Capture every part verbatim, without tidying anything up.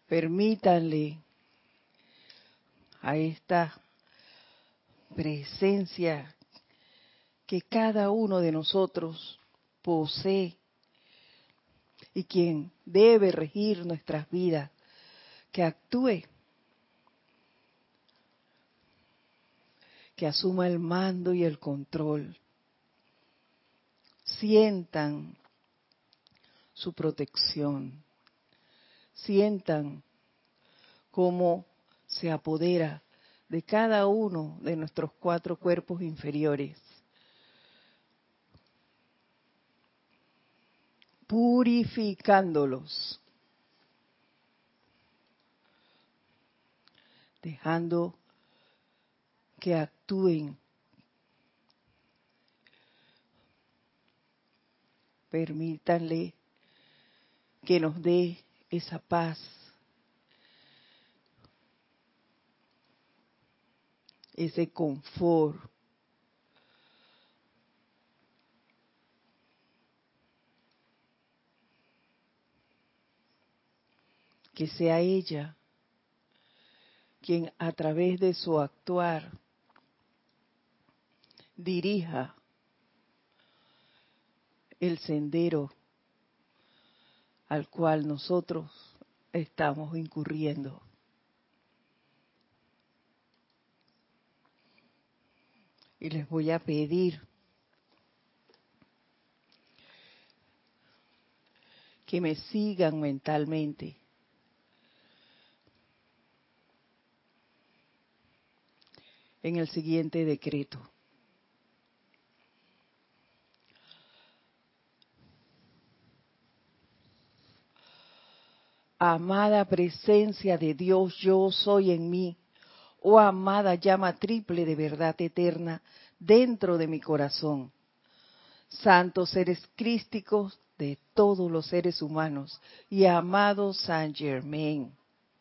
Permítanle a esta presencia que cada uno de nosotros posee y quien debe regir nuestras vidas, que actúe, que asuma el mando y el control. Sientan su protección, sientan cómo se apodera de cada uno de nuestros cuatro cuerpos inferiores, purificándolos, dejando que actúen. Permítanle que nos dé esa paz, ese confort, que sea ella quien a través de su actuar dirija el sendero al cual nosotros estamos incurriendo. Y les voy a pedir que me sigan mentalmente. En el siguiente decreto. Amada presencia de Dios, yo soy en mí, oh amada llama triple de verdad eterna dentro de mi corazón. Santos seres crísticos de todos los seres humanos y amado Saint Germain.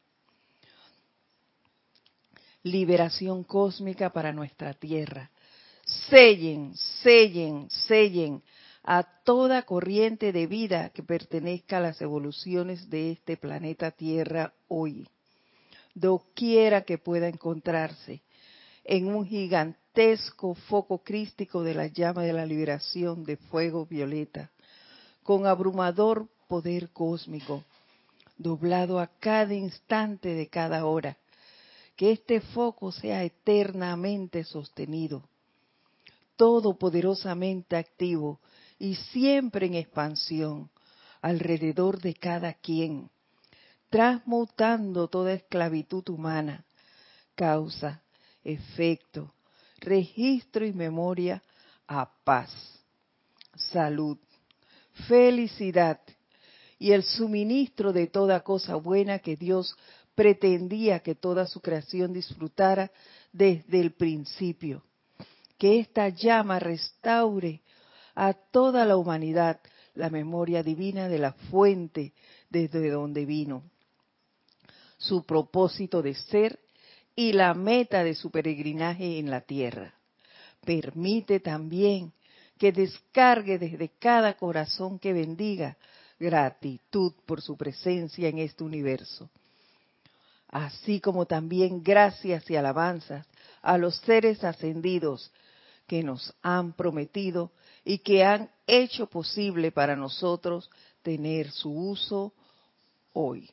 Liberación cósmica para nuestra tierra. Sellen, sellen, sellen a toda corriente de vida que pertenezca a las evoluciones de este planeta Tierra hoy, doquiera que pueda encontrarse, en un gigantesco foco crístico de la llama de la liberación de fuego violeta, con abrumador poder cósmico, doblado a cada instante de cada hora. Que este foco sea eternamente sostenido, todopoderosamente activo y siempre en expansión alrededor de cada quien, transmutando toda esclavitud humana, causa, efecto, registro y memoria a paz, salud, felicidad y el suministro de toda cosa buena que Dios pretendía que toda su creación disfrutara desde el principio. Que esta llama restaure a toda la humanidad la memoria divina de la fuente desde donde vino, su propósito de ser y la meta de su peregrinaje en la tierra. Permite también que descargue desde cada corazón que bendiga gratitud por su presencia en este universo, así como también gracias y alabanzas a los seres ascendidos que nos han prometido y que han hecho posible para nosotros tener su uso hoy.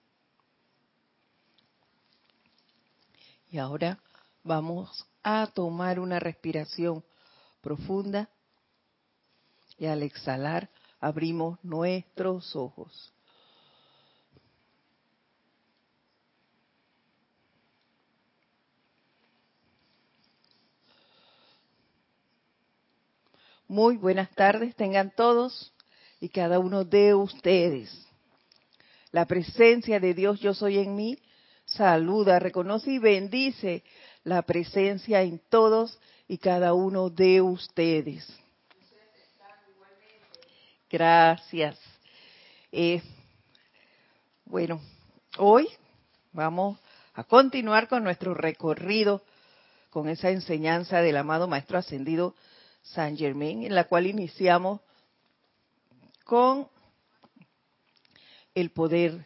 Y ahora vamos a tomar una respiración profunda y al exhalar abrimos nuestros ojos. Muy buenas tardes tengan todos y cada uno de ustedes. La presencia de Dios Yo Soy en mí saluda, reconoce y bendice la presencia en todos y cada uno de ustedes. Gracias. Eh, bueno, hoy vamos a continuar con nuestro recorrido con esa enseñanza del amado Maestro Ascendido Saint Germain, en la cual iniciamos con el poder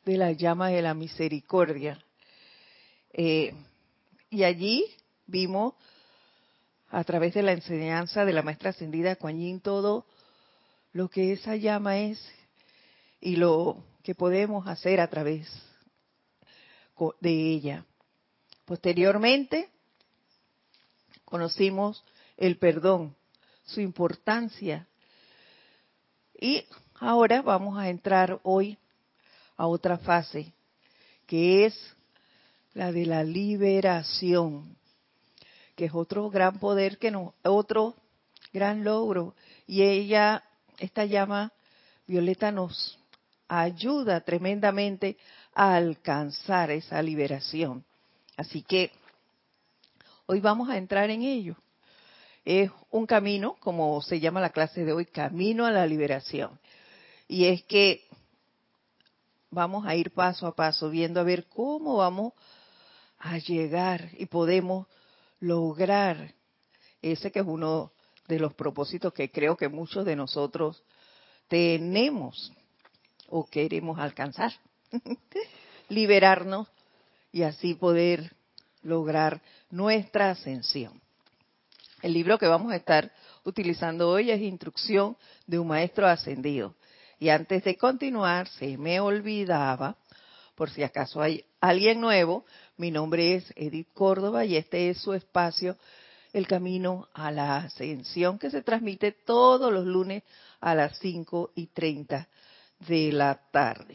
de la llama de la misericordia. Eh, y allí vimos, a través de la enseñanza de la maestra ascendida Kuan Yin, todo lo que esa llama es y lo que podemos hacer a través de ella. Posteriormente, conocimos el perdón, su importancia. Y ahora vamos a entrar hoy a otra fase, que es la de la liberación, que es otro gran poder, que no, otro gran logro. Y ella, esta llama violeta, nos ayuda tremendamente a alcanzar esa liberación. Así que hoy vamos a entrar en ello. Es un camino, como se llama la clase de hoy, camino a la liberación. Y es que vamos a ir paso a paso, viendo a ver cómo vamos a llegar y podemos lograr ese que es uno de los propósitos que creo que muchos de nosotros tenemos o queremos alcanzar. Liberarnos y así poder lograr nuestra ascensión. El libro que vamos a estar utilizando hoy es Instrucción de un Maestro Ascendido. Y antes de continuar, se me olvidaba, por si acaso hay alguien nuevo, mi nombre es Edith Córdoba y este es su espacio, El Camino a la Ascensión, que se transmite todos los lunes a las cinco y treinta de la tarde.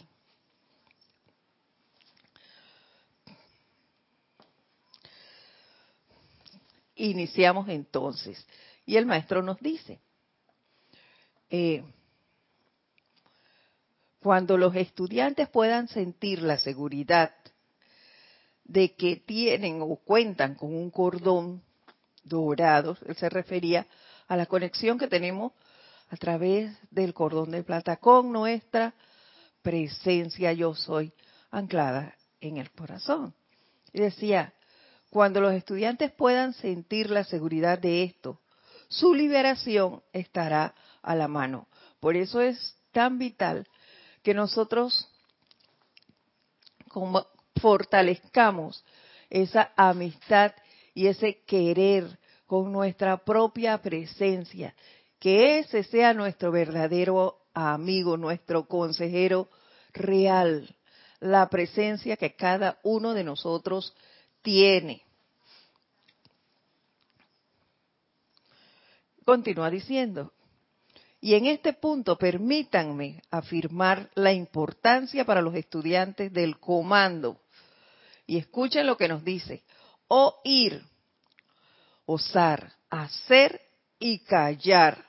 Iniciamos entonces. Y el maestro nos dice, eh, cuando los estudiantes puedan sentir la seguridad de que tienen o cuentan con un cordón dorado, él se refería a la conexión que tenemos a través del cordón de plata con nuestra presencia yo soy anclada en el corazón. Y decía, cuando los estudiantes puedan sentir la seguridad de esto, su liberación estará a la mano. Por eso es tan vital que nosotros como fortalezcamos esa amistad y ese querer con nuestra propia presencia, que ese sea nuestro verdadero amigo, nuestro consejero real, la presencia que cada uno de nosotros tiene. Continúa diciendo, y en este punto permítanme afirmar la importancia para los estudiantes del comando. Y escuchen lo que nos dice, oír, osar, hacer y callar.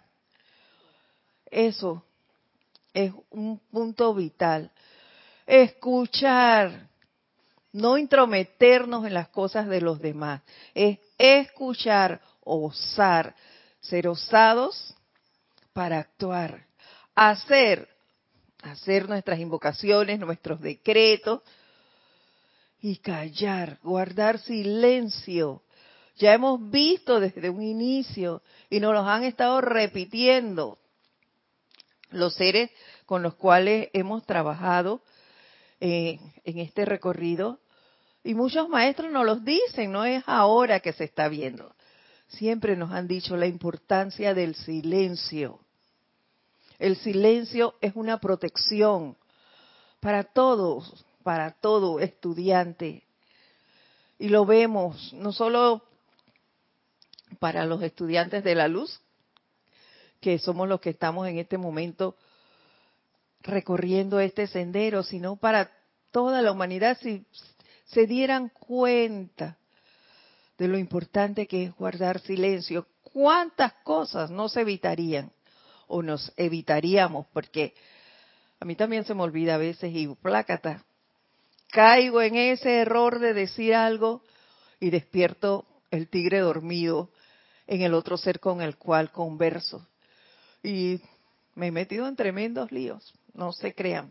Eso es un punto vital. Escuchar, no intrometernos en las cosas de los demás. Es escuchar, osar, ser osados para actuar. Hacer, hacer nuestras invocaciones, nuestros decretos. Y callar, guardar silencio. Ya hemos visto desde un inicio y nos los han estado repitiendo los seres con los cuales hemos trabajado eh, en este recorrido. Y muchos maestros nos los dicen, no es ahora que se está viendo. Siempre nos han dicho la importancia del silencio. El silencio es una protección para todos, para todo estudiante. Y lo vemos no solo para los estudiantes de la luz, que somos los que estamos en este momento recorriendo este sendero, sino para toda la humanidad, si se dieran cuenta de lo importante que es guardar silencio. ¿Cuántas cosas nos evitarían o nos evitaríamos? Porque a mí también se me olvida a veces y plácata. Caigo en ese error de decir algo y despierto el tigre dormido en el otro ser con el cual converso. Y me he metido en tremendos líos, no se crean.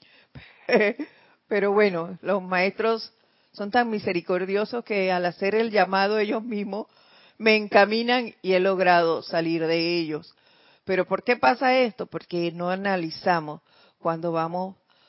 Pero bueno, los maestros son tan misericordiosos que al hacer el llamado ellos mismos me encaminan y he logrado salir de ellos. Pero ¿por qué pasa esto? Porque no analizamos cuando vamos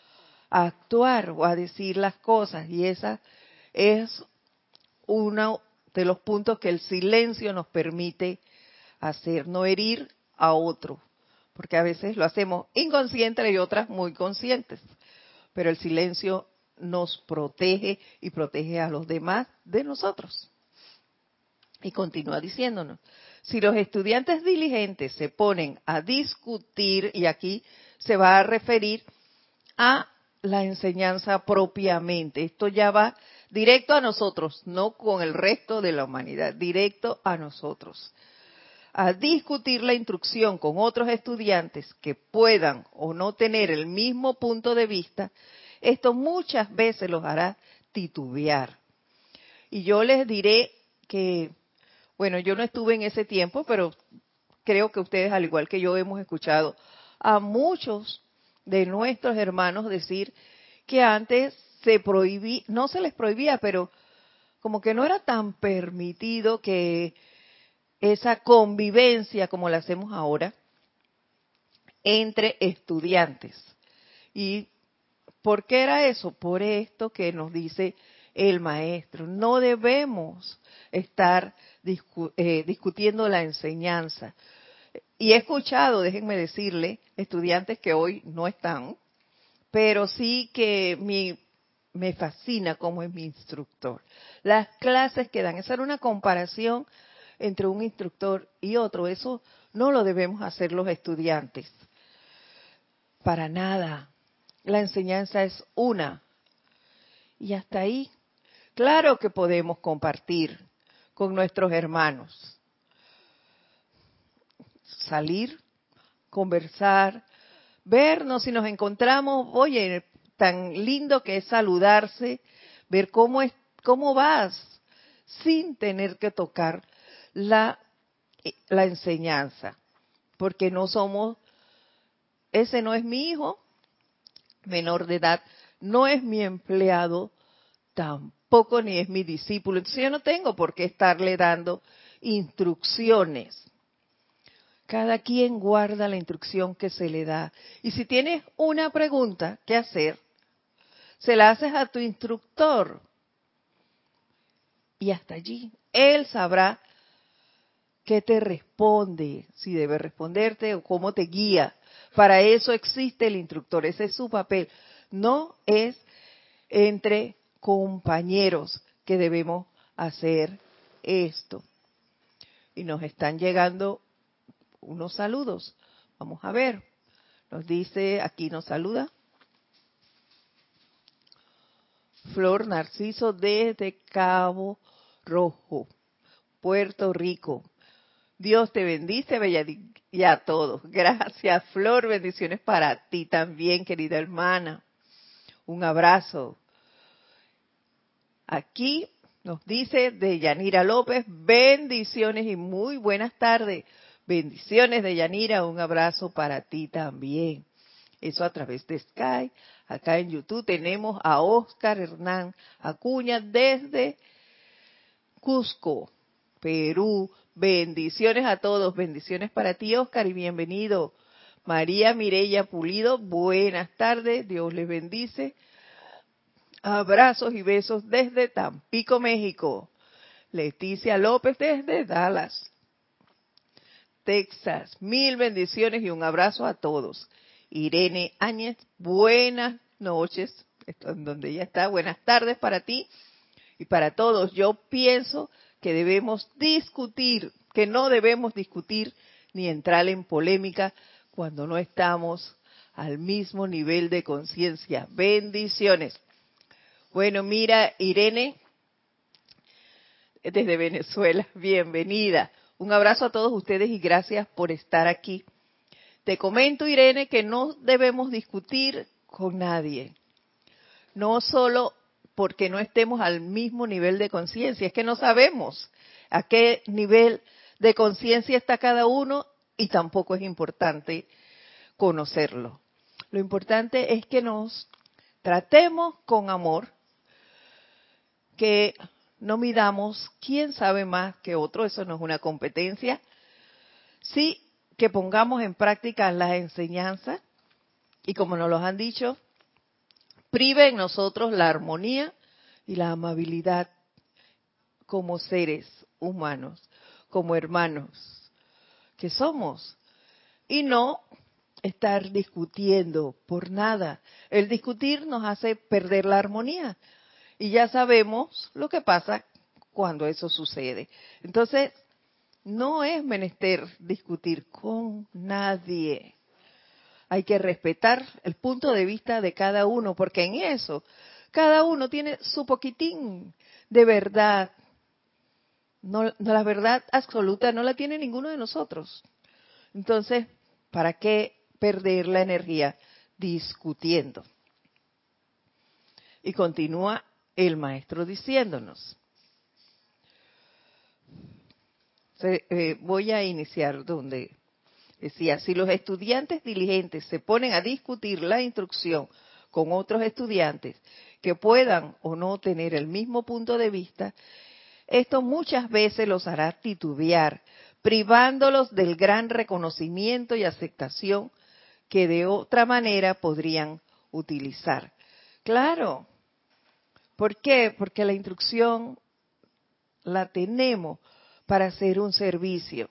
a actuar o a decir las cosas. Y esa es uno de los puntos que el silencio nos permite hacer, no herir a otro, porque a veces lo hacemos inconsciente y otras muy conscientes, pero el silencio nos protege y protege a los demás de nosotros. Y continúa diciéndonos, si los estudiantes diligentes se ponen a discutir, y aquí se va a referir a la enseñanza propiamente, esto ya va directo a nosotros, no con el resto de la humanidad, directo a nosotros, a discutir la instrucción con otros estudiantes que puedan o no tener el mismo punto de vista, esto muchas veces los hará titubear. Y yo les diré que, bueno, yo no estuve en ese tiempo, pero creo que ustedes, al igual que yo, hemos escuchado a muchos de nuestros hermanos decir que antes se prohibía, no se les prohibía, pero como que no era tan permitido que esa convivencia como la hacemos ahora entre estudiantes. ¿Y por qué era eso? Por esto que nos dice el maestro. No debemos estar discu eh, discutiendo la enseñanza. Y he escuchado, déjenme decirle, estudiantes que hoy no están, pero sí que mi, me fascina cómo es mi instructor. Las clases que dan, esa era una comparación entre un instructor y otro. Eso no lo debemos hacer los estudiantes. Para nada. La enseñanza es una. Y hasta ahí. Claro que podemos compartir con nuestros hermanos. Salir, conversar, vernos si nos encontramos. Oye, tan lindo que es saludarse, ver cómo es, cómo vas, sin tener que tocar la, la enseñanza. Porque no somos, ese no es mi hijo menor de edad, no es mi empleado, tampoco ni es mi discípulo. Entonces yo no tengo por qué estarle dando instrucciones. Cada quien guarda la instrucción que se le da. Y si tienes una pregunta que hacer, se la haces a tu instructor. Y hasta allí. Él sabrá qué te responde, si debe responderte o cómo te guía. Para eso existe el instructor, ese es su papel. No es entre compañeros que debemos hacer esto. Y nos están llegando unos saludos. Vamos a ver. Nos dice, aquí nos saluda Flor Narciso desde Cabo Rojo, Puerto Rico. Dios te bendice, bella, y a todos. Gracias, Flor. Bendiciones para ti también, querida hermana. Un abrazo. Aquí nos dice de Yanira López, bendiciones y muy buenas tardes. Bendiciones de Yanira, un abrazo para ti también. Eso a través de Skype. Acá en YouTube tenemos a Oscar Hernán Acuña desde Cusco, Perú. Bendiciones a todos, bendiciones para ti, Oscar, y bienvenido. María Mireya Pulido, buenas tardes, Dios les bendice. Abrazos y besos desde Tampico, México. Leticia López desde Dallas, Texas. Mil bendiciones y un abrazo a todos. Irene Áñez, buenas noches, esto en donde ella está. Buenas tardes para ti y para todos. Yo pienso que debemos discutir, que no debemos discutir ni entrar en polémica cuando no estamos al mismo nivel de conciencia. Bendiciones. Bueno, mira, Irene, desde Venezuela, bienvenida. Un abrazo a todos ustedes y gracias por estar aquí. Te comento, Irene, que no debemos discutir con nadie. No solo porque no estemos al mismo nivel de conciencia, es que no sabemos a qué nivel de conciencia está cada uno y tampoco es importante conocerlo. Lo importante es que nos tratemos con amor, que no midamos quién sabe más que otro, eso no es una competencia. Sí, que pongamos en práctica las enseñanzas y como nos lo han dicho, prive en nosotros la armonía y la amabilidad como seres humanos, como hermanos que somos, y no estar discutiendo por nada. El discutir nos hace perder la armonía y ya sabemos lo que pasa cuando eso sucede. Entonces, no es menester discutir con nadie. Hay que respetar el punto de vista de cada uno, porque en eso cada uno tiene su poquitín de verdad. No, no, la verdad absoluta no la tiene ninguno de nosotros. Entonces, ¿para qué perder la energía discutiendo? Y continúa el maestro diciéndonos. Se, eh, voy a iniciar donde decía, si los estudiantes diligentes se ponen a discutir la instrucción con otros estudiantes que puedan o no tener el mismo punto de vista, esto muchas veces los hará titubear, privándolos del gran reconocimiento y aceptación que de otra manera podrían utilizar. Claro. ¿Por qué? Porque la instrucción la tenemos para hacer un servicio,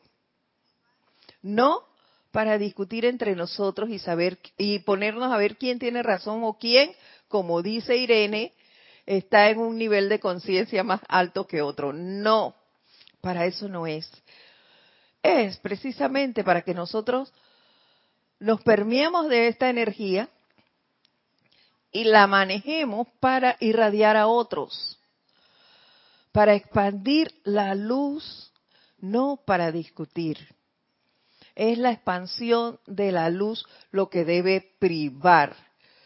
no para discutir entre nosotros y saber y ponernos a ver quién tiene razón o quién, como dice Irene, está en un nivel de conciencia más alto que otro. No, para eso no es. Es precisamente para que nosotros nos permeemos de esta energía y la manejemos para irradiar a otros, para expandir la luz, no para discutir. Es la expansión de la luz lo que debe privar.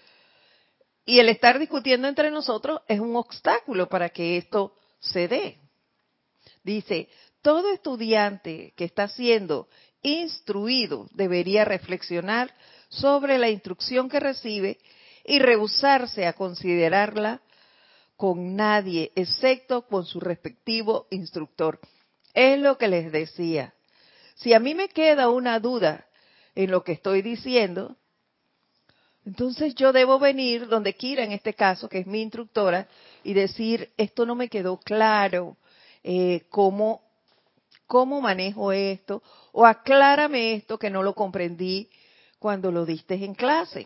Y el estar discutiendo entre nosotros es un obstáculo para que esto se dé. Dice, todo estudiante que está siendo instruido debería reflexionar sobre la instrucción que recibe y rehusarse a considerarla con nadie, excepto con su respectivo instructor. Es lo que les decía. Si a mí me queda una duda en lo que estoy diciendo, entonces yo debo venir donde Kira, en este caso, que es mi instructora, y decir, esto no me quedó claro, eh, cómo, cómo manejo esto, o aclárame esto que no lo comprendí cuando lo diste en clase.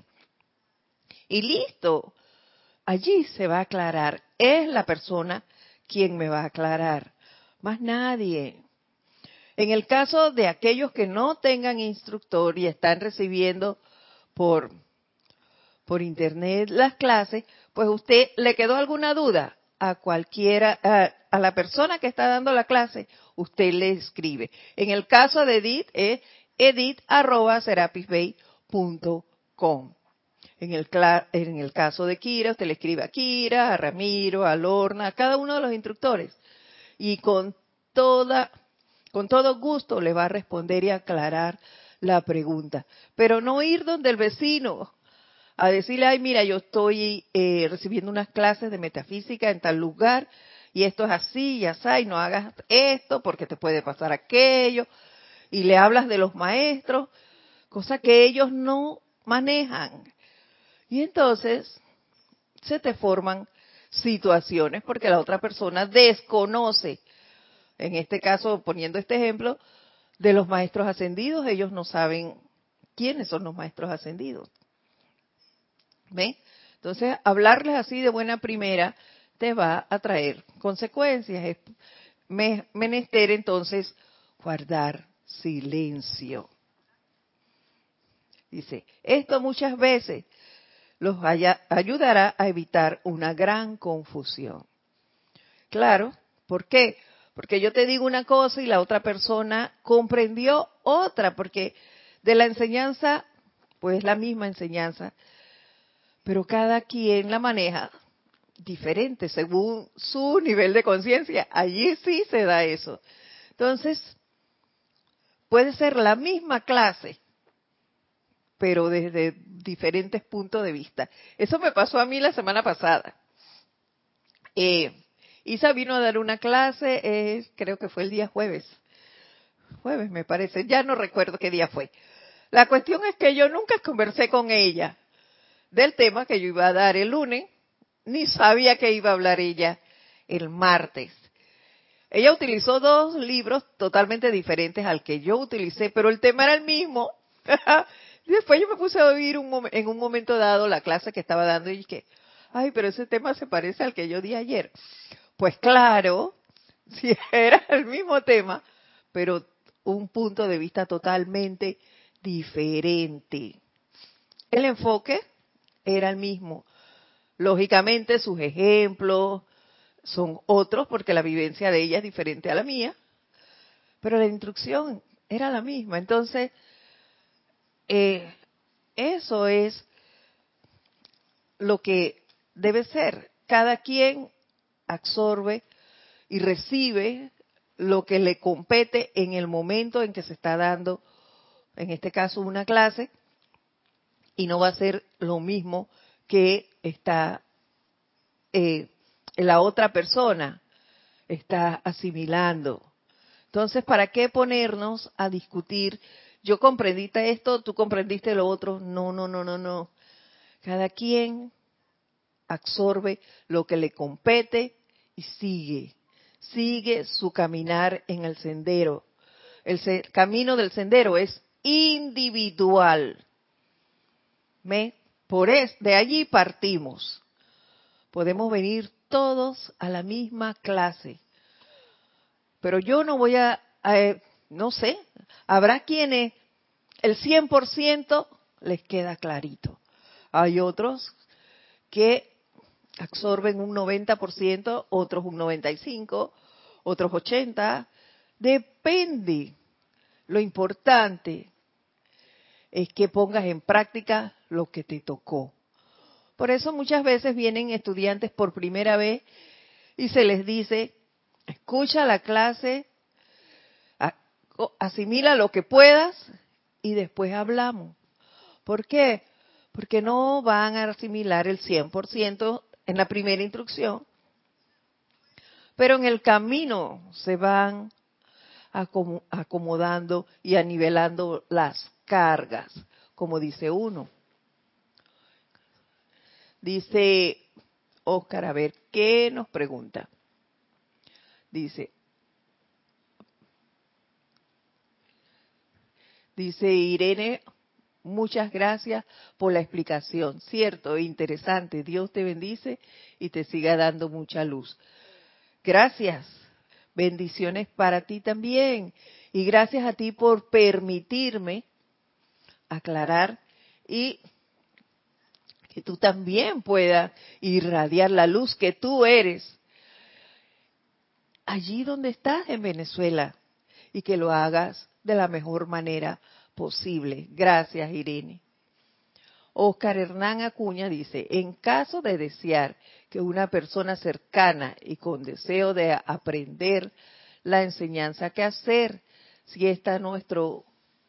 Y listo, allí se va a aclarar. Es la persona quien me va a aclarar, más nadie. En el caso de aquellos que no tengan instructor y están recibiendo por, por internet las clases, pues usted le quedó alguna duda a cualquiera, a, a la persona que está dando la clase, usted le escribe. En el caso de Edith es edith arroba serapis bay punto com. En el, en el caso de Kira, usted le escribe a Kira, a Ramiro, a Lorna, a cada uno de los instructores. Y con toda, con todo gusto le va a responder y aclarar la pregunta. Pero no ir donde el vecino a decirle, ay, mira, yo estoy eh, recibiendo unas clases de metafísica en tal lugar y esto es así y así, y no hagas esto porque te puede pasar aquello. Y le hablas de los maestros, cosa que ellos no manejan. Y entonces se te forman situaciones porque la otra persona desconoce, en este caso, poniendo este ejemplo, de los maestros ascendidos, ellos no saben quiénes son los maestros ascendidos. ¿Ven? Entonces, hablarles así de buena primera te va a traer consecuencias. Es menester entonces guardar silencio. Dice, esto muchas veces los haya, ayudará a evitar una gran confusión. Claro, ¿por qué? Porque yo te digo una cosa y la otra persona comprendió otra, porque de la enseñanza, pues la misma enseñanza, pero cada quien la maneja diferente según su nivel de conciencia. Allí sí se da eso. Entonces, puede ser la misma clase, pero desde diferentes puntos de vista. Eso me pasó a mí la semana pasada. Eh, Isa vino a dar una clase, eh, creo que fue el día jueves. Jueves me parece, ya no recuerdo qué día fue. La cuestión es que yo nunca conversé con ella del tema que yo iba a dar el lunes, ni sabía que iba a hablar ella el martes. Ella utilizó dos libros totalmente diferentes al que yo utilicé, pero el tema era el mismo. Después yo me puse a oír un mom- en un momento dado la clase que estaba dando y dije, ay, pero ese tema se parece al que yo di ayer. Pues claro, sí era el mismo tema, pero un punto de vista totalmente diferente. El enfoque era el mismo. Lógicamente sus ejemplos son otros porque la vivencia de ella es diferente a la mía, pero la instrucción era la misma. Entonces, eh, eso es lo que debe ser. Cada quien absorbe y recibe lo que le compete en el momento en que se está dando, en este caso, una clase, y no va a ser lo mismo que está eh, la otra persona está asimilando. Entonces, ¿para qué ponernos a discutir? Yo comprendiste esto, tú comprendiste lo otro. No, no, no, no, no. Cada quien absorbe lo que le compete y sigue. Sigue su caminar en el sendero. El se- camino del sendero es individual. ¿Me? Por es, de allí partimos. Podemos venir todos a la misma clase. Pero yo no voy a, a, no sé, habrá quienes el cien por ciento les queda clarito. Hay otros que absorben un noventa por ciento, otros un noventa y cinco por ciento, otros ochenta por ciento. Depende. Lo importante es que pongas en práctica lo que te tocó. Por eso muchas veces vienen estudiantes por primera vez y se les dice, escucha la clase, asimila lo que puedas y después hablamos. ¿Por qué? Porque no van a asimilar el cien por ciento en la primera instrucción, pero en el camino se van acomodando y anivelando las cargas, como dice uno. Dice Óscar, a ver, ¿qué nos pregunta? Dice, dice Irene, muchas gracias por la explicación. Cierto, interesante. Dios te bendice y te siga dando mucha luz. Gracias. Bendiciones para ti también. Y gracias a ti por permitirme aclarar y que tú también puedas irradiar la luz que tú eres allí donde estás en Venezuela y que lo hagas de la mejor manera posible. Gracias, Irene. Óscar Hernán Acuña dice, en caso de desear que una persona cercana y con deseo de aprender la enseñanza, ¿qué hacer si está nuestro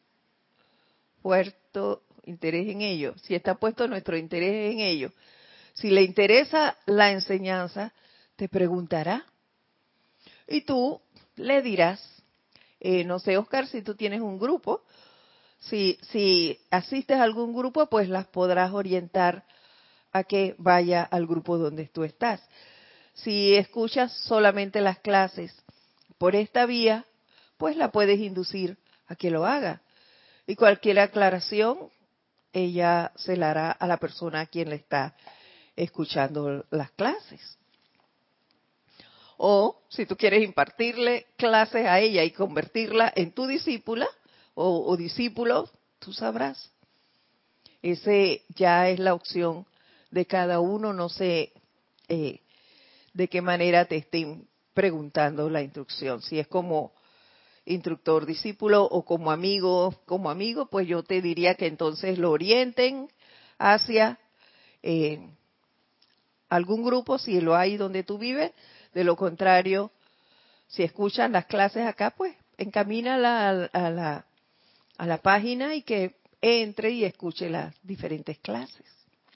puerto interés en ello? Si está puesto nuestro interés en ello. Si le interesa la enseñanza, te preguntará. Y tú le dirás, eh, no sé, Óscar, si tú tienes un grupo, Si, si asistes a algún grupo, pues las podrás orientar a que vaya al grupo donde tú estás. Si escuchas solamente las clases por esta vía, pues la puedes inducir a que lo haga. Y cualquier aclaración, ella se la hará a la persona a quien le está escuchando las clases. O si tú quieres impartirle clases a ella y convertirla en tu discípula o, o discípulo, tú sabrás. Ese ya es la opción de cada uno, no sé eh, de qué manera te estén preguntando la instrucción. Si es como instructor discípulo o como amigo, como amigo, pues yo te diría que entonces lo orienten hacia eh, algún grupo, si lo hay donde tú vives. De lo contrario, si escuchan las clases acá, pues encamínala a, a la a la página y que entre y escuche las diferentes clases.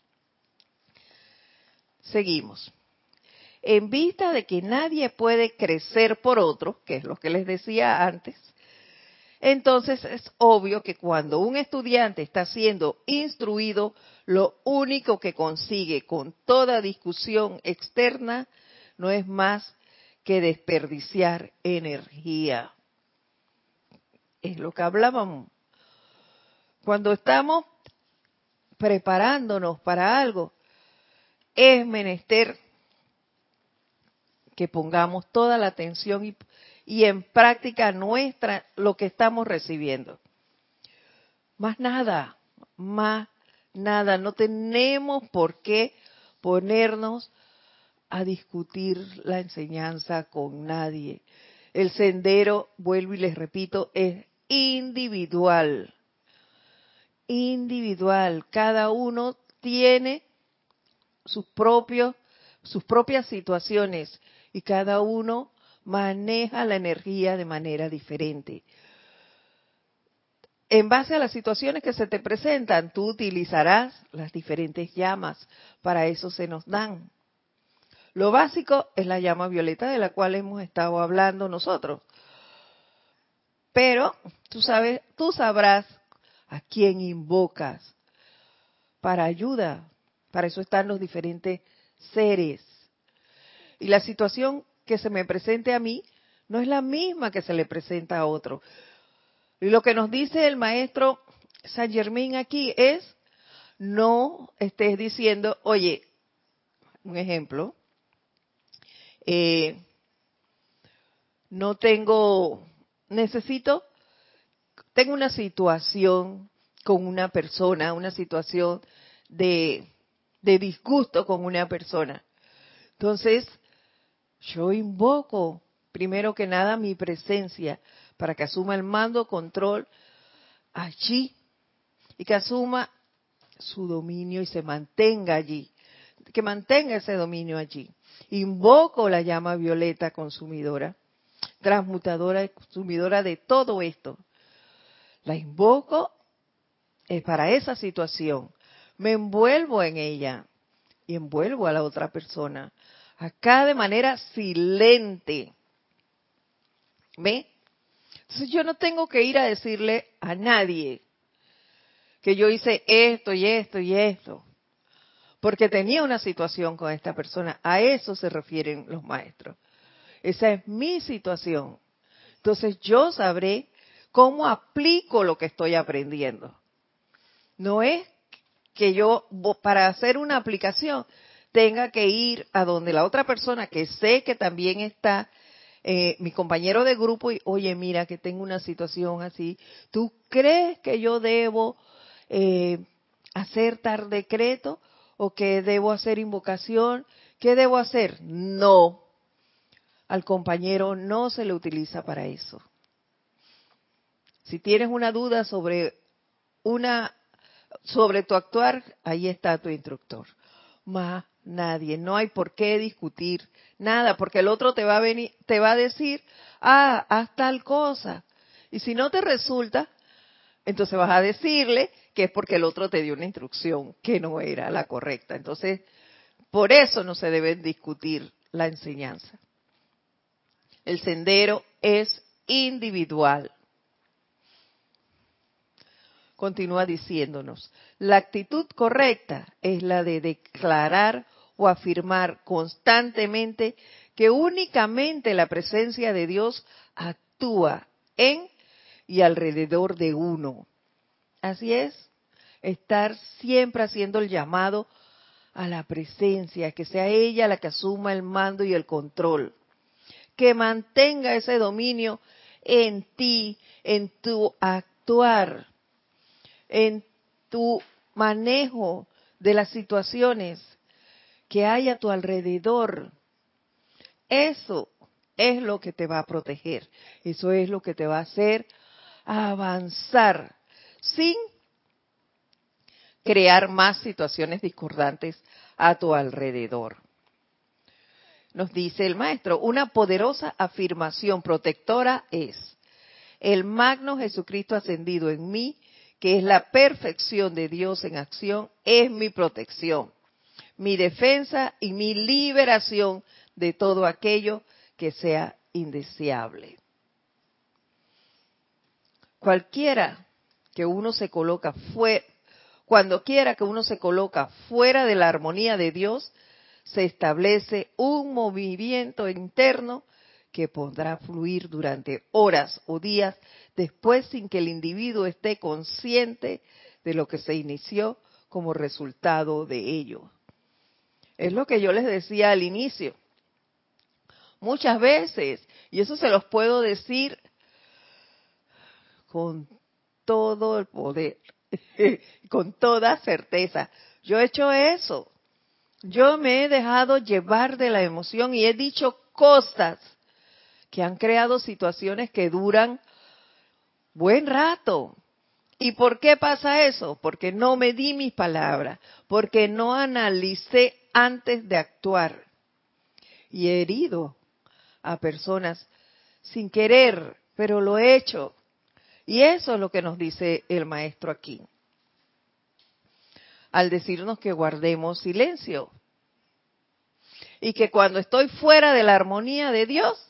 Seguimos. En vista de que nadie puede crecer por otro, que es lo que les decía antes, Entonces es obvio que cuando un estudiante está siendo instruido, lo único que consigue con toda discusión externa no es más que desperdiciar energía. Es lo que hablábamos. Cuando estamos preparándonos para algo, es menester que pongamos toda la atención y, y en práctica nuestra lo que estamos recibiendo. Más nada, más nada. No tenemos por qué ponernos a discutir la enseñanza con nadie. El sendero, vuelvo y les repito, es individual. Individual. Cada uno tiene sus propios, sus propias situaciones y cada uno maneja la energía de manera diferente. En base a las situaciones que se te presentan, tú utilizarás las diferentes llamas. Para eso se nos dan. Lo básico es la llama violeta de la cual hemos estado hablando nosotros. Pero tú sabes, tú sabrás a quién invocas para ayuda. Para eso están los diferentes seres. Y la situación que se me presente a mí no es la misma que se le presenta a otro. Y lo que nos dice el maestro Saint Germain aquí es, no estés diciendo, oye, un ejemplo, eh, no tengo, necesito, tengo una situación con una persona, una situación de, de disgusto con una persona. Entonces, yo invoco, primero que nada, mi presencia para que asuma el mando, control allí y que asuma su dominio y se mantenga allí, que mantenga ese dominio allí. Invoco la llama violeta consumidora, transmutadora y consumidora de todo esto. La invoco eh, para esa situación. Me envuelvo en ella y envuelvo a la otra persona. Acá de manera silente. ¿Ve? Entonces yo no tengo que ir a decirle a nadie que yo hice esto y esto y esto, porque tenía una situación con esta persona. A eso se refieren los maestros. Esa es mi situación. Entonces yo sabré cómo aplico lo que estoy aprendiendo. No es que yo, para hacer una aplicación, tenga que ir a donde la otra persona que sé que también está, eh, mi compañero de grupo, y oye, mira que tengo una situación así, ¿tú crees que yo debo eh, hacer tal decreto o que debo hacer invocación? ¿Qué debo hacer? No, al compañero no se le utiliza para eso. Si tienes una duda sobre una sobre tu actuar, ahí está tu instructor. Más nadie, no hay por qué discutir nada, porque el otro te va a venir, te va a decir, ah, haz tal cosa. Y si no te resulta, entonces vas a decirle que es porque el otro te dio una instrucción que no era la correcta. Entonces, por eso no se debe discutir la enseñanza. El sendero es individual. Continúa diciéndonos, la actitud correcta es la de declarar o afirmar constantemente que únicamente la presencia de Dios actúa en y alrededor de uno. Así es, estar siempre haciendo el llamado a la presencia, que sea ella la que asuma el mando y el control, que mantenga ese dominio en ti, en tu actuar, en tu manejo de las situaciones que hay a tu alrededor. Eso es lo que te va a proteger. Eso es lo que te va a hacer avanzar sin crear más situaciones discordantes a tu alrededor. Nos dice el maestro, una poderosa afirmación protectora es: el magno Jesucristo ascendido en mí, que es la perfección de Dios en acción, es mi protección, mi defensa y mi liberación de todo aquello que sea indeseable. cualquiera que uno se coloca fuera, cuando quiera que uno se coloca fuera de la armonía de Dios, se establece un movimiento interno que podrá fluir durante horas o días después sin que el individuo esté consciente de lo que se inició como resultado de ello. Es lo que yo les decía al inicio. Muchas veces, y eso se los puedo decir con todo el poder, con toda certeza, yo he hecho eso. Yo me he dejado llevar de la emoción y he dicho cosas que han creado situaciones que duran buen rato. ¿Y por qué pasa eso? Porque no me di mis palabras, porque no analicé antes de actuar. Y he herido a personas sin querer, pero lo he hecho. Y eso es lo que nos dice el maestro aquí, al decirnos que guardemos silencio. Y que cuando estoy fuera de la armonía de Dios,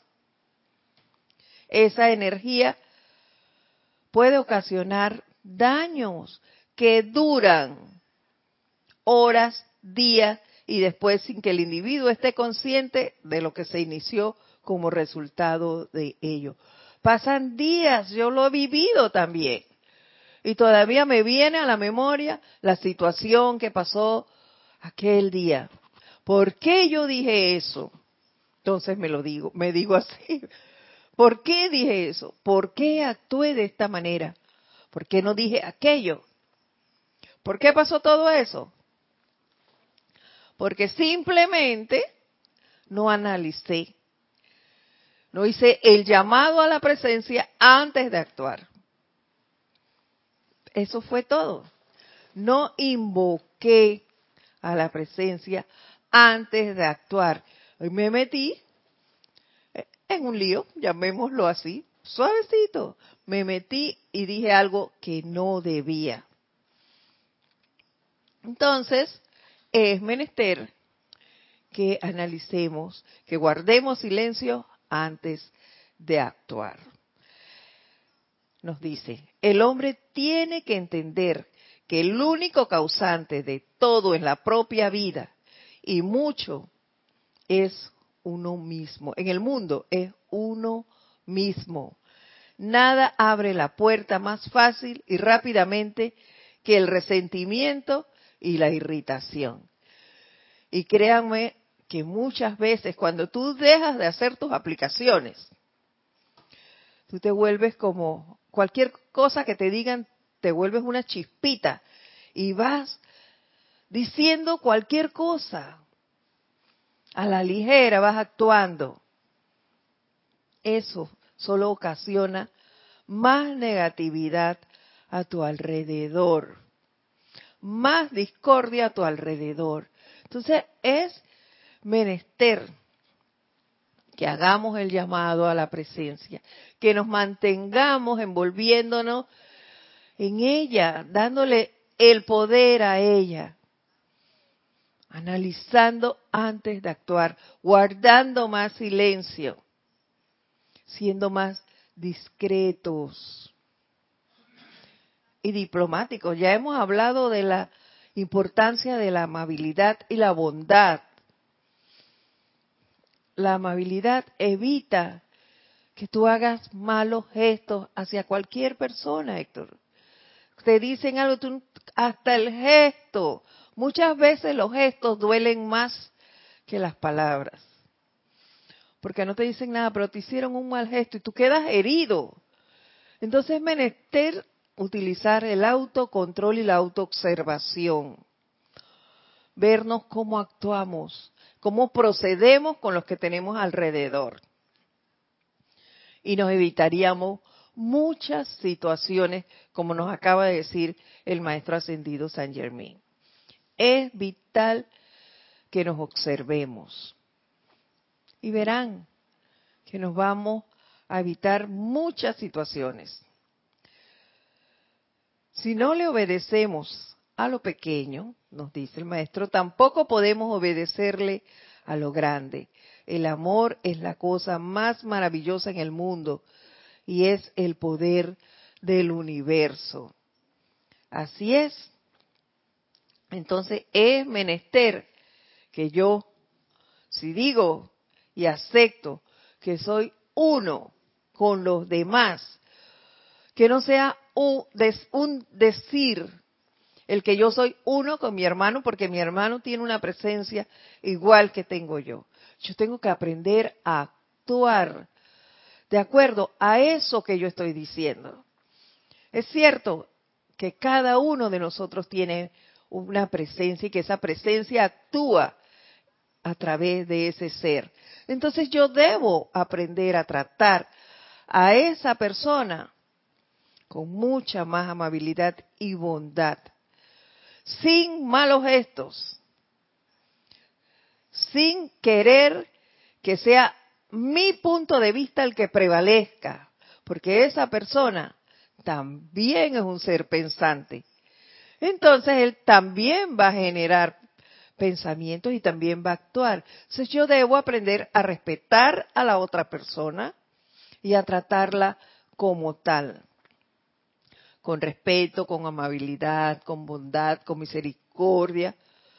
esa energía puede ocasionar daños que duran horas, días y después sin que el individuo esté consciente de lo que se inició como resultado de ello. Pasan días, yo lo he vivido también. Y todavía me viene a la memoria la situación que pasó aquel día. ¿Por qué yo dije eso? Entonces me lo digo, me digo así. ¿Por qué dije eso? ¿Por qué actué de esta manera? ¿Por qué no dije aquello? ¿Por qué pasó todo eso? Porque simplemente no analicé. No hice el llamado a la presencia antes de actuar. Eso fue todo. No invoqué a la presencia antes de actuar. Y me metí en un lío, llamémoslo así, suavecito. Me metí y dije algo que no debía. Entonces, es menester que analicemos, que guardemos silencio antes de actuar. Nos dice, el hombre tiene que entender que el único causante de todo en la propia vida y mucho es uno mismo. En el mundo es uno mismo. Nada abre la puerta más fácil y rápidamente que el resentimiento y la irritación. Y créanme que muchas veces cuando tú dejas de hacer tus aplicaciones, tú te vuelves como cualquier cosa que te digan, te vuelves una chispita y vas diciendo cualquier cosa. A la ligera vas actuando. Eso solo ocasiona más negatividad a tu alrededor, más discordia a tu alrededor. Entonces es menester que hagamos el llamado a la presencia, que nos mantengamos envolviéndonos en ella, dándole el poder a ella, analizando antes de actuar, guardando más silencio, siendo más discretos y diplomáticos. Ya hemos hablado de la importancia de la amabilidad y la bondad. La amabilidad evita que tú hagas malos gestos hacia cualquier persona, Héctor. Te dicen algo, tú, hasta el gesto. Muchas veces los gestos duelen más que las palabras. Porque no te dicen nada, pero te hicieron un mal gesto y tú quedas herido. Entonces es menester utilizar el autocontrol y la autoobservación. Vernos cómo actuamos, cómo procedemos con los que tenemos alrededor. Y nos evitaríamos muchas situaciones, como nos acaba de decir el maestro ascendido Saint Germain. Es vital que nos observemos. Y verán que nos vamos a evitar muchas situaciones. Si no le obedecemos a lo pequeño, nos dice el maestro, tampoco podemos obedecerle a lo grande. El amor es la cosa más maravillosa en el mundo y es el poder del universo. Así es. Entonces es menester que yo, si digo y acepto que soy uno con los demás, que no sea un, des, un decir el que yo soy uno con mi hermano, porque mi hermano tiene una presencia igual que tengo yo. Yo tengo que aprender a actuar de acuerdo a eso que yo estoy diciendo. Es cierto que cada uno de nosotros tiene una presencia y que esa presencia actúa a través de ese ser. Entonces yo debo aprender a tratar a esa persona con mucha más amabilidad y bondad, sin malos gestos, sin querer que sea mi punto de vista el que prevalezca, porque esa persona también es un ser pensante. Entonces él también va a generar pensamientos y también va a actuar. Entonces yo debo aprender a respetar a la otra persona y a tratarla como tal, con respeto, con amabilidad, con bondad, con misericordia.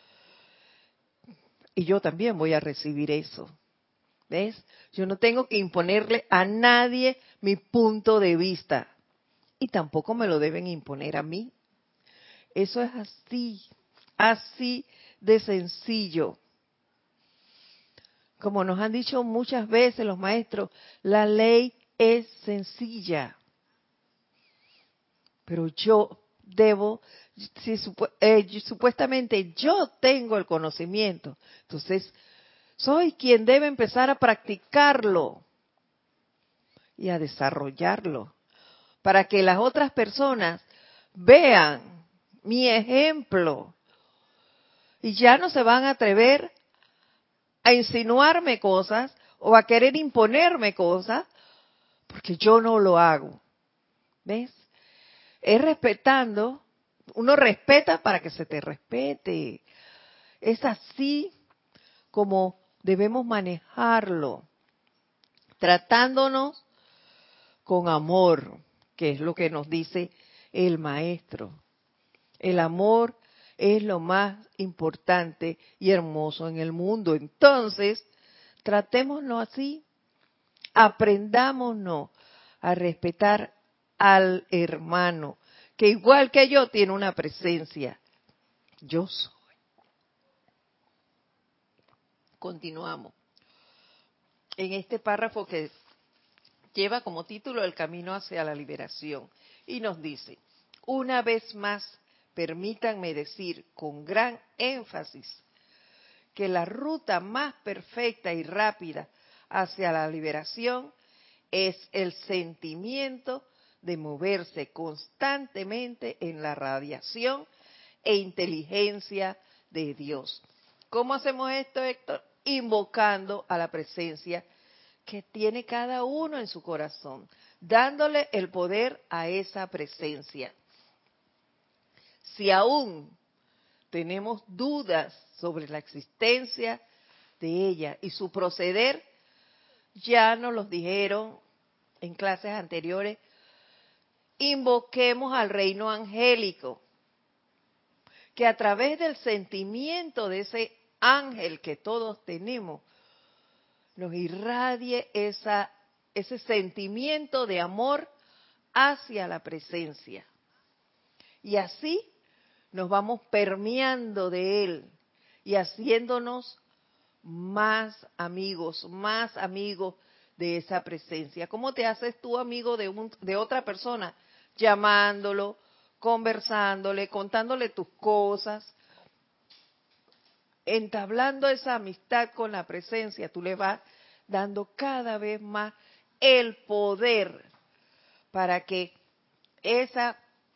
Y yo también voy a recibir eso. ¿Ves? Yo no tengo que imponerle a nadie mi punto de vista. Y tampoco me lo deben imponer a mí. Eso es así, así de sencillo. Como nos han dicho muchas veces los maestros, la ley es sencilla. Pero yo debo, si supu eh, supuestamente yo tengo el conocimiento, entonces soy quien debe empezar a practicarlo y a desarrollarlo, para que las otras personas vean mi ejemplo y ya no se van a atrever a insinuarme cosas o a querer imponerme cosas, porque yo no lo hago. ¿Ves? Es respetando, uno respeta para que se te respete. Es así como debemos manejarlo, tratándonos con amor, que es lo que nos dice el maestro. El amor es lo más importante y hermoso en el mundo. Entonces, tratémonos así, aprendámonos a respetar al hermano, que igual que yo tiene una presencia. Yo soy. Continuamos. En este párrafo que lleva como título El camino hacia la liberación. Y nos dice, una vez más, permítanme decir con gran énfasis que la ruta más perfecta y rápida hacia la liberación es el sentimiento de moverse constantemente en la radiación e inteligencia de Dios. ¿Cómo hacemos esto, Héctor? Invocando a la presencia que tiene cada uno en su corazón, dándole el poder a esa presencia. Si aún tenemos dudas sobre la existencia de ella y su proceder, ya nos los dijeron en clases anteriores, invoquemos al reino angélico, que a través del sentimiento de ese ángel que todos tenemos, nos irradie esa, ese sentimiento de amor hacia la presencia. Y así nos vamos permeando de él y haciéndonos más amigos, más amigos de esa presencia. ¿Cómo te haces tú amigo de, un, de otra persona? Llamándolo, conversándole, contándole tus cosas, entablando esa amistad con la presencia. Tú le vas dando cada vez más el poder para que esa,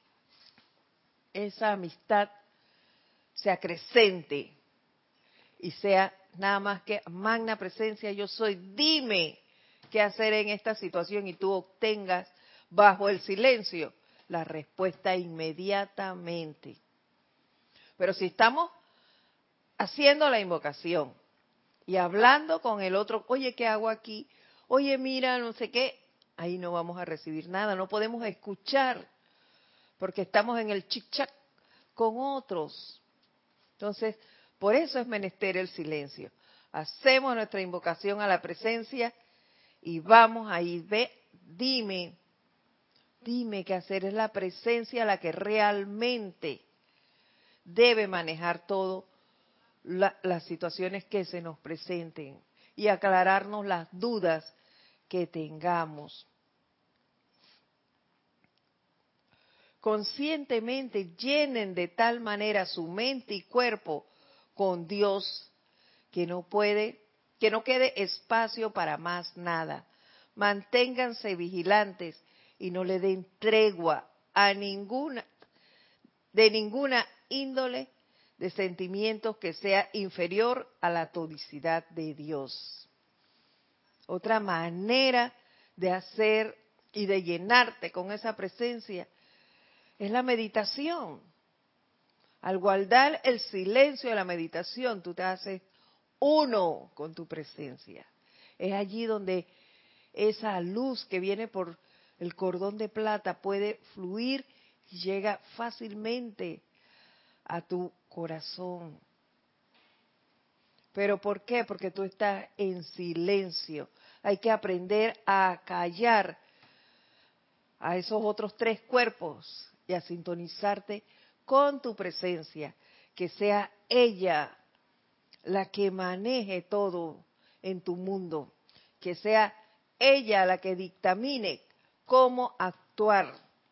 esa amistad se acrecente y sea nada más que magna presencia yo soy. Dime qué hacer en esta situación y tú obtengas bajo el silencio la respuesta inmediatamente. Pero si estamos haciendo la invocación y hablando con el otro, oye, ¿qué hago aquí? Oye, mira, no sé qué. ahí no vamos a recibir nada, no podemos escuchar, porque estamos en el chic-chac con otros. Entonces, por eso es menester el silencio. Hacemos nuestra invocación a la presencia y vamos ahí. Ve, dime, dime qué hacer. Es la presencia la que realmente debe manejar todo la, las situaciones que se nos presenten y aclararnos las dudas que tengamos. Conscientemente llenen de tal manera su mente y cuerpo con Dios que no puede, que no quede espacio para más nada. Manténganse vigilantes y no le den tregua a ninguna, de ninguna índole de sentimientos que sea inferior a la tonicidad de Dios. Otra manera de hacer y de llenarte con esa presencia es la meditación. Al guardar el silencio de la meditación, tú te haces uno con tu presencia. Es allí donde esa luz que viene por el cordón de plata puede fluir y llega fácilmente a tu corazón. ¿Pero por qué? Porque tú estás en silencio. Hay que aprender a callar a esos otros tres cuerpos y a sintonizarte con tu presencia, que sea ella la que maneje todo en tu mundo, que sea ella la que dictamine cómo actuar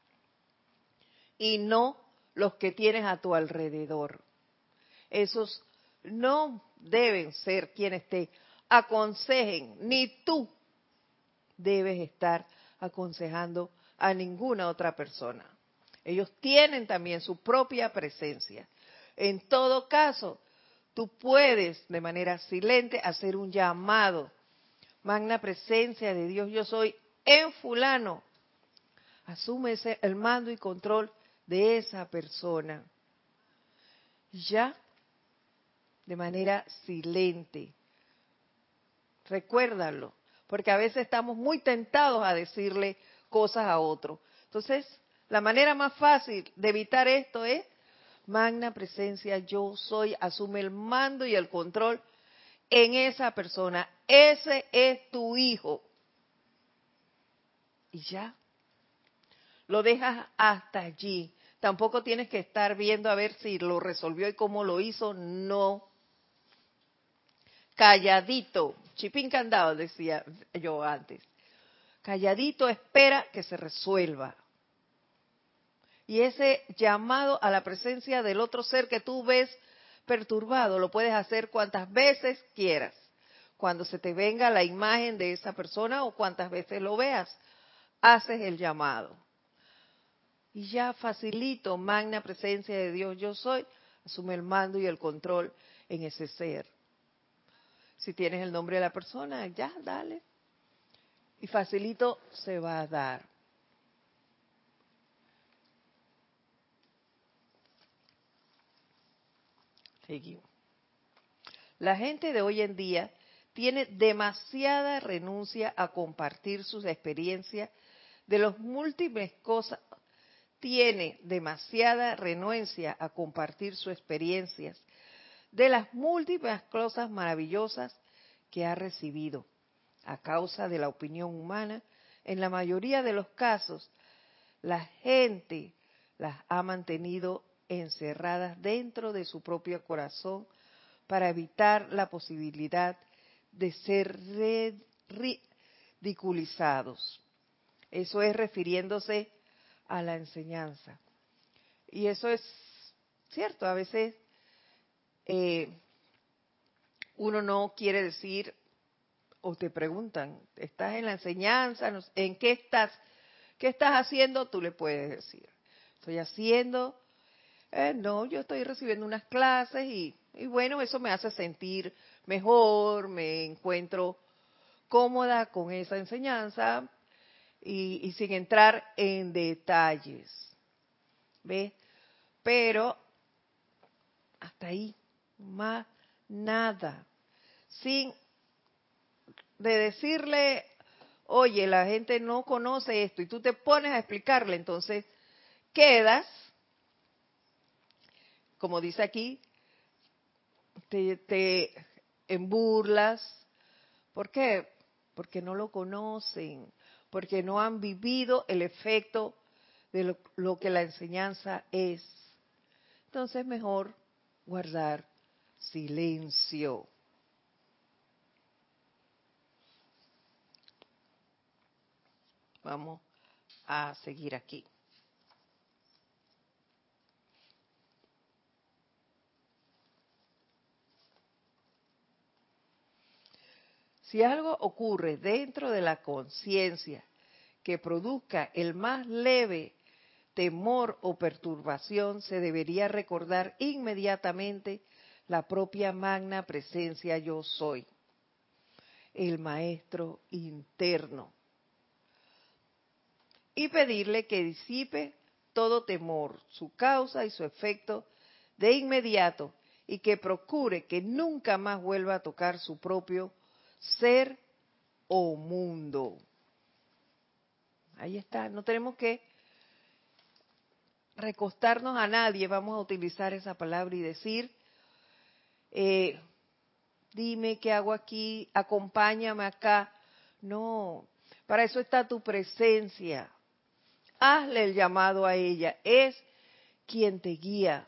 y no los que tienes a tu alrededor. Esos no deben ser quienes te aconsejen, ni tú debes estar aconsejando a ninguna otra persona. Ellos tienen también su propia presencia. En todo caso, tú puedes de manera silente hacer un llamado. Magna presencia de Dios, yo soy en fulano. Asume ese, el mando y control de esa persona. Ya, de manera silente. Recuérdalo, porque a veces estamos muy tentados a decirle cosas a otros. Entonces, la manera más fácil de evitar esto es, magna presencia, yo soy, asume el mando y el control en esa persona. Ese es tu hijo. Y ya, lo dejas hasta allí. Tampoco tienes que estar viendo a ver si lo resolvió y cómo lo hizo, no. Calladito, chipín candado, decía yo antes. Calladito espera que se resuelva. Y ese llamado a la presencia del otro ser que tú ves perturbado, lo puedes hacer cuantas veces quieras. Cuando se te venga la imagen de esa persona o cuantas veces lo veas, haces el llamado. Y ya facilito, magna presencia de Dios, yo soy, asume el mando y el control en ese ser. Si tienes el nombre de la persona, ya, dale. Y facilito se va a dar. Seguimos. La gente de hoy en día tiene demasiada renuncia a compartir sus experiencias de las múltiples cosas, tiene demasiada renuencia a compartir sus experiencias de las múltiples cosas maravillosas que ha recibido. A causa de la opinión humana, en la mayoría de los casos, la gente las ha mantenido encerradas dentro de su propio corazón para evitar la posibilidad de ser ridiculizados. Eso es refiriéndose a la enseñanza. Y eso es cierto, a veces eh, uno no quiere decir, o te preguntan, ¿estás en la enseñanza? ¿En qué estás? ¿Qué estás haciendo? Tú le puedes decir, estoy haciendo, eh, no, yo estoy recibiendo unas clases y, y bueno, eso me hace sentir mejor, me encuentro cómoda con esa enseñanza y, y sin entrar en detalles, ¿ves? Pero hasta ahí, más nada, sin de decirle oye, la gente no conoce esto y tú te pones a explicarle, entonces quedas, como dice aquí, te, te en burlas. ¿Por qué? Porque no lo conocen, porque no han vivido el efecto de lo, lo que la enseñanza es. Entonces mejor guardar silencio. Vamos a seguir aquí. Si algo ocurre dentro de la conciencia que produzca el más leve temor o perturbación, se debería recordar inmediatamente la propia magna presencia yo soy, el maestro interno, y pedirle que disipe todo temor, su causa y su efecto de inmediato, y que procure que nunca más vuelva a tocar su propio ser o mundo. Ahí está, no tenemos que recostarnos a nadie, vamos a utilizar esa palabra y decir, eh, dime qué hago aquí, acompáñame acá. No, para eso está tu presencia. Hazle el llamado a ella, es quien te guía,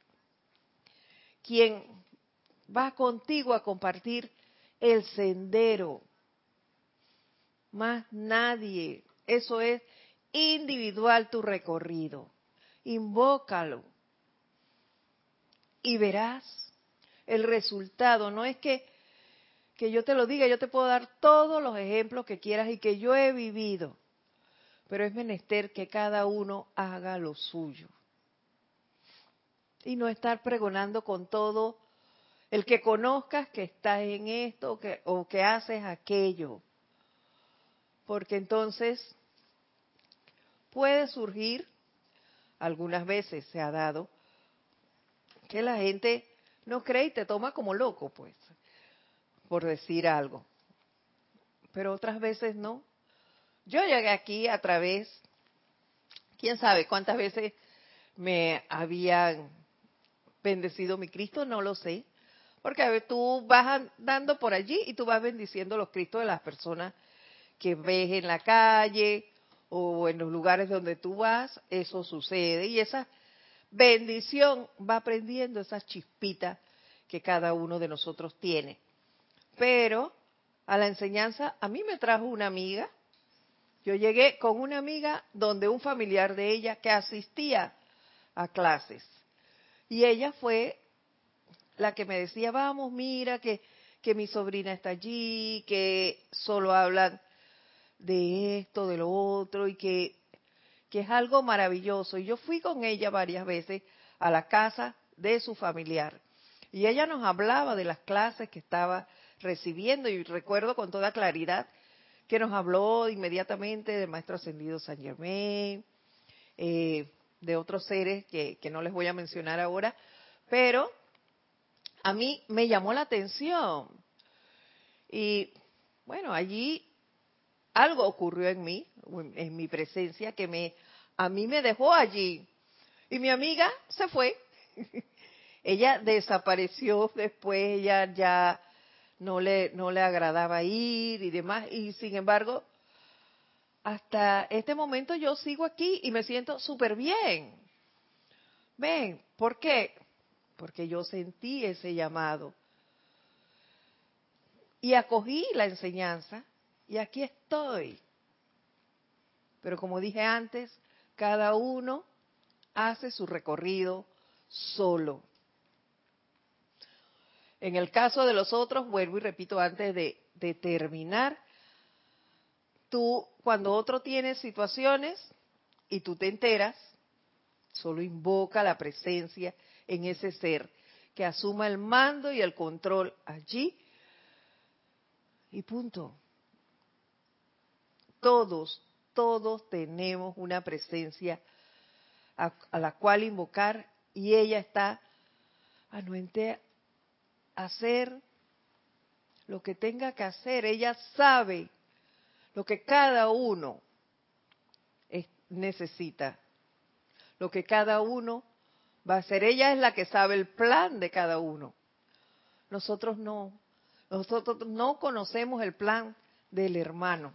quien va contigo a compartir el sendero. Más nadie, eso es individual tu recorrido. Invócalo y verás el resultado. No es que, que yo te lo diga, yo te puedo dar todos los ejemplos que quieras y que yo he vivido, pero es menester que cada uno haga lo suyo. Y no estar pregonando con todo el que conozcas que estás en esto o que, o que haces aquello. Porque entonces puede surgir, algunas veces se ha dado, que la gente no cree y te toma como loco, pues, por decir algo. Pero otras veces no. Yo llegué aquí a través, quién sabe cuántas veces me habían bendecido mi Cristo, no lo sé. Porque a ver, tú vas andando por allí y tú vas bendiciendo los Cristos de las personas que ves en la calle o en los lugares donde tú vas, eso sucede. Y esa bendición va prendiendo esas chispitas que cada uno de nosotros tiene. Pero a la enseñanza, a mí me trajo una amiga. Yo llegué con una amiga donde un familiar de ella que asistía a clases. Y ella fue la que me decía, vamos, mira, que, que mi sobrina está allí, que solo hablan de esto, de lo otro, y que, que es algo maravilloso. Y yo fui con ella varias veces a la casa de su familiar. Y ella nos hablaba de las clases que estaba recibiendo, y recuerdo con toda claridad que nos habló inmediatamente del Maestro Ascendido Saint Germain, eh, de otros seres que, que no les voy a mencionar ahora, pero a mí me llamó la atención. Y bueno, allí algo ocurrió en mí, en mi presencia, que me a mí me dejó allí. Y mi amiga se fue. Ella desapareció después, ella ya no le no le agradaba ir y demás, y sin embargo, hasta este momento yo sigo aquí y me siento súper bien. ¿Ven? ¿Por qué? Porque yo sentí ese llamado. Y acogí la enseñanza y aquí estoy. Pero como dije antes, cada uno hace su recorrido solo. En el caso de los otros, vuelvo y repito antes de, de terminar, tú cuando otro tiene situaciones y tú te enteras, solo invoca la presencia en ese ser que asuma el mando y el control allí y punto. Todos, todos tenemos una presencia a, a la cual invocar y ella está anuente a hacer lo que tenga que hacer. Ella sabe lo que cada uno es, necesita, lo que cada uno va a hacer. Ella es la que sabe el plan de cada uno. Nosotros no. Nosotros no conocemos el plan del hermano.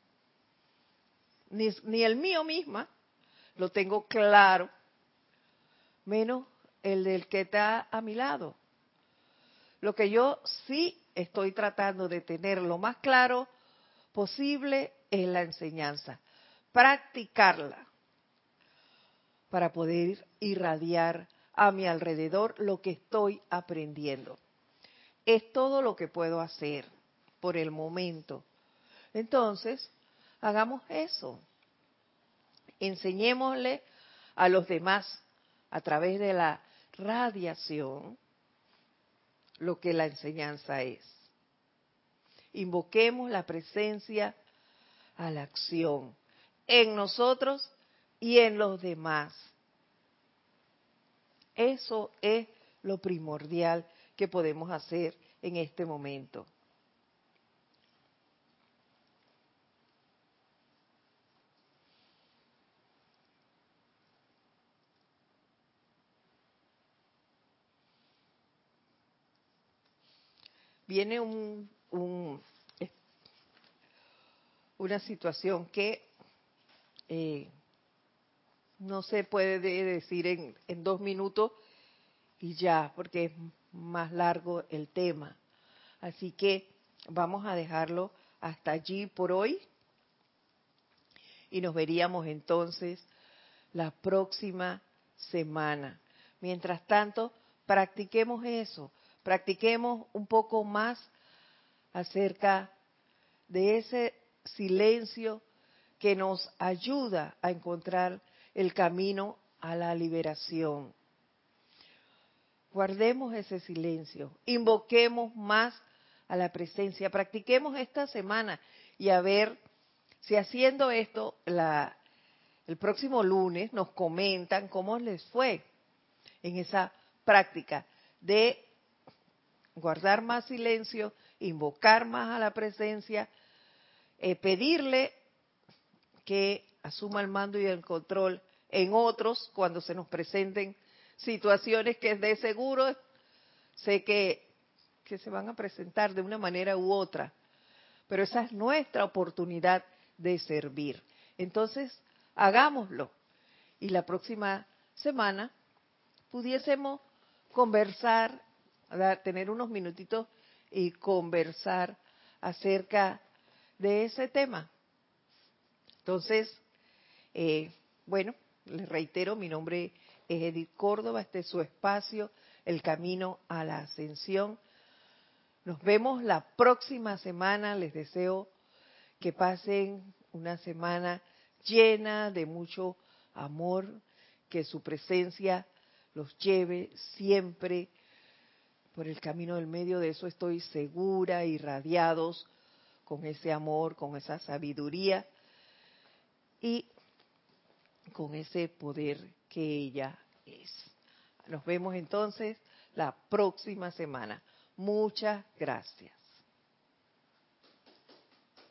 Ni, ni el mío misma lo tengo claro, menos el del que está a mi lado. Lo que yo sí estoy tratando de tener lo más claro posible es la enseñanza, practicarla para poder irradiar a mi alrededor lo que estoy aprendiendo. Es todo lo que puedo hacer por el momento. Entonces, hagamos eso. Enseñémosle a los demás a través de la radiación lo que la enseñanza es. Invoquemos la presencia a la acción en nosotros y en los demás. Eso es lo primordial que podemos hacer en este momento. Viene un, un, una situación que eh, no se puede decir en, en dos minutos y ya, porque es más largo el tema. Así que vamos a dejarlo hasta allí por hoy y nos veríamos entonces la próxima semana. Mientras tanto, practiquemos eso, practiquemos un poco más acerca de ese silencio que nos ayuda a encontrar el camino a la liberación. Guardemos ese silencio, invoquemos más a la presencia, practiquemos esta semana y a ver si haciendo esto la, el próximo lunes nos comentan cómo les fue en esa práctica de guardar más silencio, invocar más a la presencia, eh, pedirle que asuma el mando y el control en otros cuando se nos presenten situaciones que de seguro sé que, que se van a presentar de una manera u otra, pero esa es nuestra oportunidad de servir. Entonces, hagámoslo y la próxima semana pudiésemos conversar, tener unos minutitos y conversar acerca de ese tema. Entonces, eh, bueno, les reitero, mi nombre es Edith Córdoba, este es su espacio, El Camino a la Ascensión. Nos vemos la próxima semana, les deseo que pasen una semana llena de mucho amor, que su presencia los lleve siempre por el camino del medio, de eso estoy segura, irradiados con ese amor, con esa sabiduría y con ese poder que ella es. Nos vemos entonces la próxima semana. Muchas gracias.